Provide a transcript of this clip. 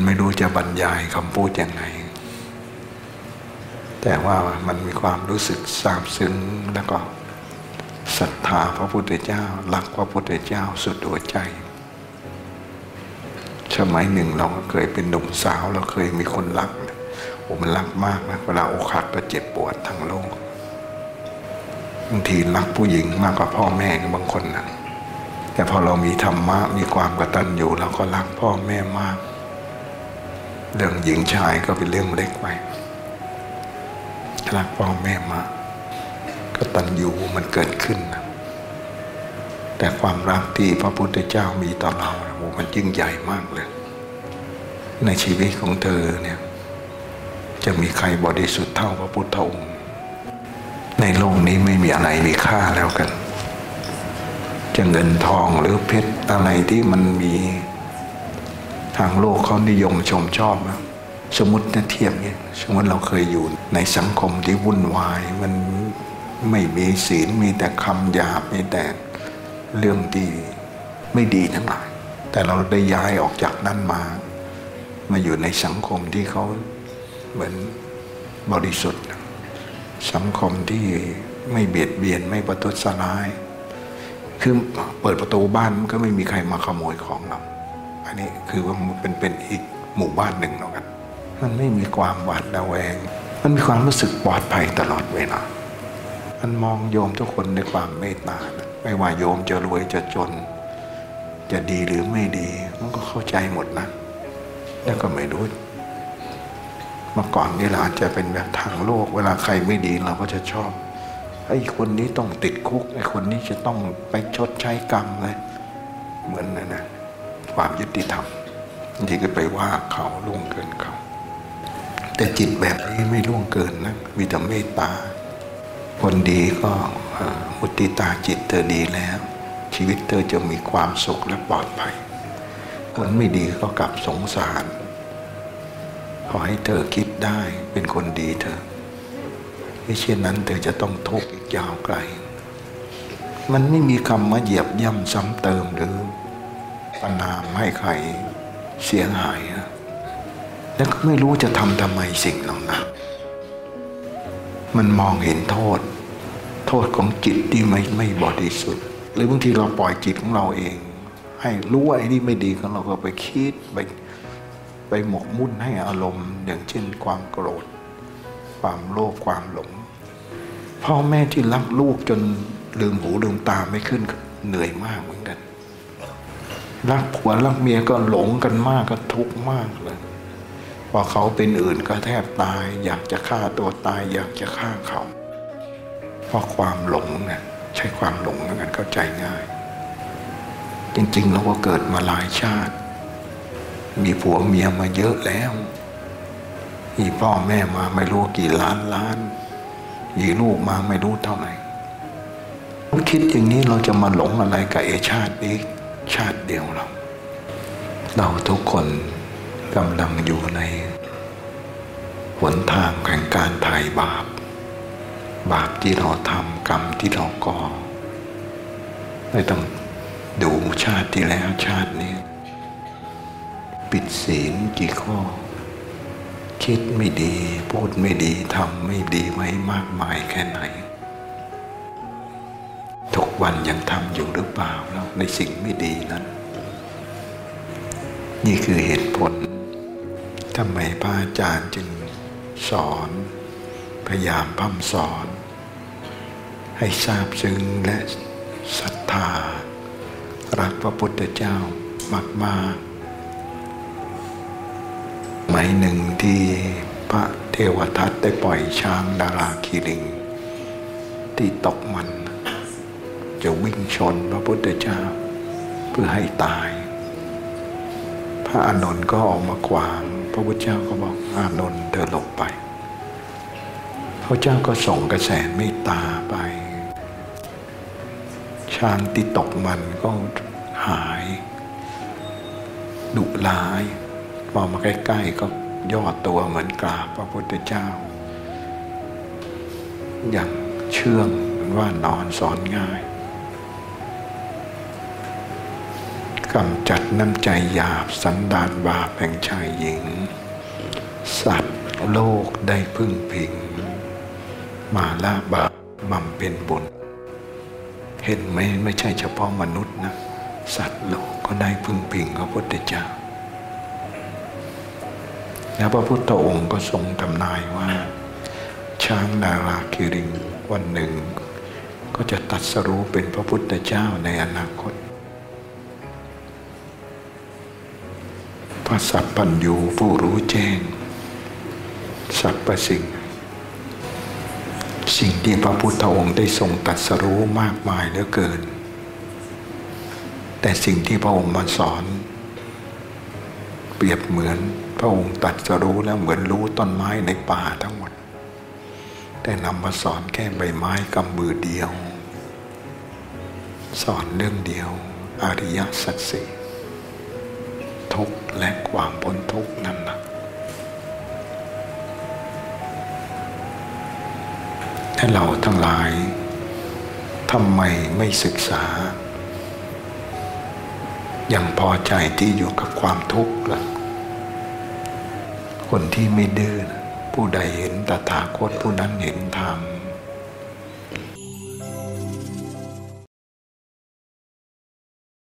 ไม่รู้จะบรรยายคำพูดยังไงแต่ว่ามันมีความรู้สึกซาบซึ้งแล้วก็ศรัทธาพระพุทธเจ้ารักพระพุทธเจ้าสุดหัวใจสมัยหนึ่งเราเคยเป็นหนุ่มสาวเราเคยมีคนรักโอ้มันรักมากนะเวลาอกหักก็เจ็บปวดทั้งโลกบางทีรักผู้หญิงมากกว่าพ่อแม่บางคนนะแต่พอเรามีธรรมะมีความกตัญญูเราก็รักพ่อแม่มากเรื่องหญิงชายก็เป็นเรื่องเล็กไปรักพ่อแม่มากกตัญญูมันเกิดขึ้นนะแต่ความรักที่พระพุทธเจ้ามีต่อเราโอ้มันยิ่งใหญ่มากเลยในชีวิตของเธอเนี่ยจะมีใครบริสุทธิ์เท่าพระพุทธองค์ในโลกนี้ไม่มีอะไรมีค่าแล้วกันจะเงินทองหรือเพชรอะไรที่มันมีทางโลกเขานิยมชมชอบนะสมมติเทียบเนี่ยสมมติเราเคยอยู่ในสังคมที่วุ่นวายมันไม่มีศีลมีแต่คำหยาบมีแต่เรื่องที่ไม่ดีทั้งหลายแต่เราได้ย้ายออกจากนั้นมาอยู่ในสังคมที่เขาเหมือนบริสุทธิ์สังคมที่ไม่เบียดเบียนไม่ประทุษร้ายคือเปิดประตูบ้านก็ไม่มีใครมาขโมยของเราอันนี้คือว่ามันเป็นอีกหมู่บ้านหนึ่งแล้วกันมันไม่มีความหวาดระแวงมันมีความรู้สึกปลอดภัยตลอดเวลามันมองโยมทุกคนในความเมตตาไม่ว่าโยมจะรวยจะจนจะดีหรือไม่ดีมันก็เข้าใจหมดนะแล้วก็ไม่รู้เมื่อก่อนนี่เราอาจจะเป็นแบบทางโลกเวลาใครไม่ดีเราก็จะชอบไอ้คนนี้ต้องติดคุกไอ้คนนี้จะต้องไปชดใช้กรรมเลยเหมือนนั่นนะความยุติธรรมบางทีก็ไปว่าเขาล่วงเกินเขาแต่จิตแบบนี้ไม่ล่วงเกินนะมีแต่เมตตาคนดีก็มุติตาจิตเธอดีแล้วชีวิตเธอจะมีความสุขและปลอดภัยคนไม่ดีก็กลับสงสารขอให้เธอคิดได้เป็นคนดีเธอไม่เช่นนั้นเธอจะต้องทุกข์อีกยาวไกลมันไม่มีคำมาเหยียบย่ำซ้ำเติมหรือประณามให้ใครเสียหายนะแล้วก็ไม่รู้จะทำไมสิ่งเหล่านั้นมันมองเห็นโทษของจิตที่ไม่บริสุทธิ์หรือบางทีเราปล่อยจิตของเราเองให้รู้ว่าไอ้นี่ไม่ดีของเราก็ไปคิดไปหมกมุ่นให้อารมณ์อย่างเช่นความโกรธความโลภความหลงพ่อแม่ที่รักลูกจนลืมหูลืมตาไม่ขึ้นเหนื่อยมากเหมือนกันรักผัวรักเมียก็หลงกันมากก็ทุกข์มากเลยพอเขาเป็นอื่นก็แทบตายอยากจะฆ่าตัวตายอยากจะฆ่าเขาเพราะความหลงเนี่ยใช้ความหลงในการเข้าใจง่ายจริงๆเราก็เกิดมาหลายชาติมีผัวเมียมาเยอะแล้วมีพ่อแม่มาไม่รู้กี่ล้านมีลูกมาไม่รู้เท่าไหร่คิดอย่างนี้เราจะมาหลงอะไรกับชาตินี้ชาติเดียวเราทุกคนกำลังอยู่ในหนทางแห่งการไถ่บาปที่เราทำกรรมที่เราก่อไม่ต้องดูชาติที่แล้วชาตินี้ผิดศีลกี่ข้อคิดไม่ดีพูดไม่ดีทำไม่ดีไว้มากมายแค่ไหนทุกวันยังทำอยู่หรือเปล่าแล้วในสิ่งไม่ดีนั้นนี่คือเหตุผลทำไมพระอาจารย์จึงสอนพยายามพร่ำสอนให้ทราบซึ้งและศรัทธารักพระพุทธเจ้ามากๆหมายหนึ่งที่พระเทวทัตได้ปล่อยช้างดาราคีลิงที่ตกมันจะวิ่งชนพระพุทธเจ้าเพื่อให้ตายพระอานนท์ก็ออกมาขวางพระพุทธเจ้าก็บอกอานนท์เธอหลบไปพระเจ้าก็ส่งกระแสเมตตาไปช้างที่ตกมันก็หายดุร้ายพอมาใกล้ๆก็ย่อตัวเหมือนกราบพระพุทธเจ้าอย่างเชื่องว่านอนสอนง่ายกำจัดน้ำใจหยาบสันดานบาปแห่งชายหญิงสัตว์โลกได้พึ่งพิงมาละบาปบำเพ็ญบุญเห็นไหมไม่ใช่เฉพาะมนุษย์นะสัตว์โลกก็ได้พึ่งพิงพระพุทธเจ้าแล้วพระพุทธองค์ก็ทรงทำนายว่าช้างนาราคิริงวันหนึ่งก็จะตรัสรู้เป็นพระพุทธเจ้าในอนาคตพระสัพพัญญูผู้รู้แจ้งสรรพสิ่งที่พระพุทธองค์ได้ทรงตรัสรู้มากมายเหลือเกินแต่สิ่งที่พระองค์มาสอนเปรียบเหมือนพระองค์ตรัสรู้แล้วเหมือนรู้ต้นไม้ในป่าทั้งหมดแต่นำมาสอนแค่ใบไม้กำมือเดียวสอนเรื่องเดียวอริยสัจสี่ทุกข์และความพ้นทุกข์นั่นนะถ้าเราทั้งหลายทำไมไม่ศึกษายังพอใจที่อยู่กับความทุกข์ล่ะคนที่ไม่ดื้อผู้ใดเห็นตถาคตผู้นั้นเห็นธรรม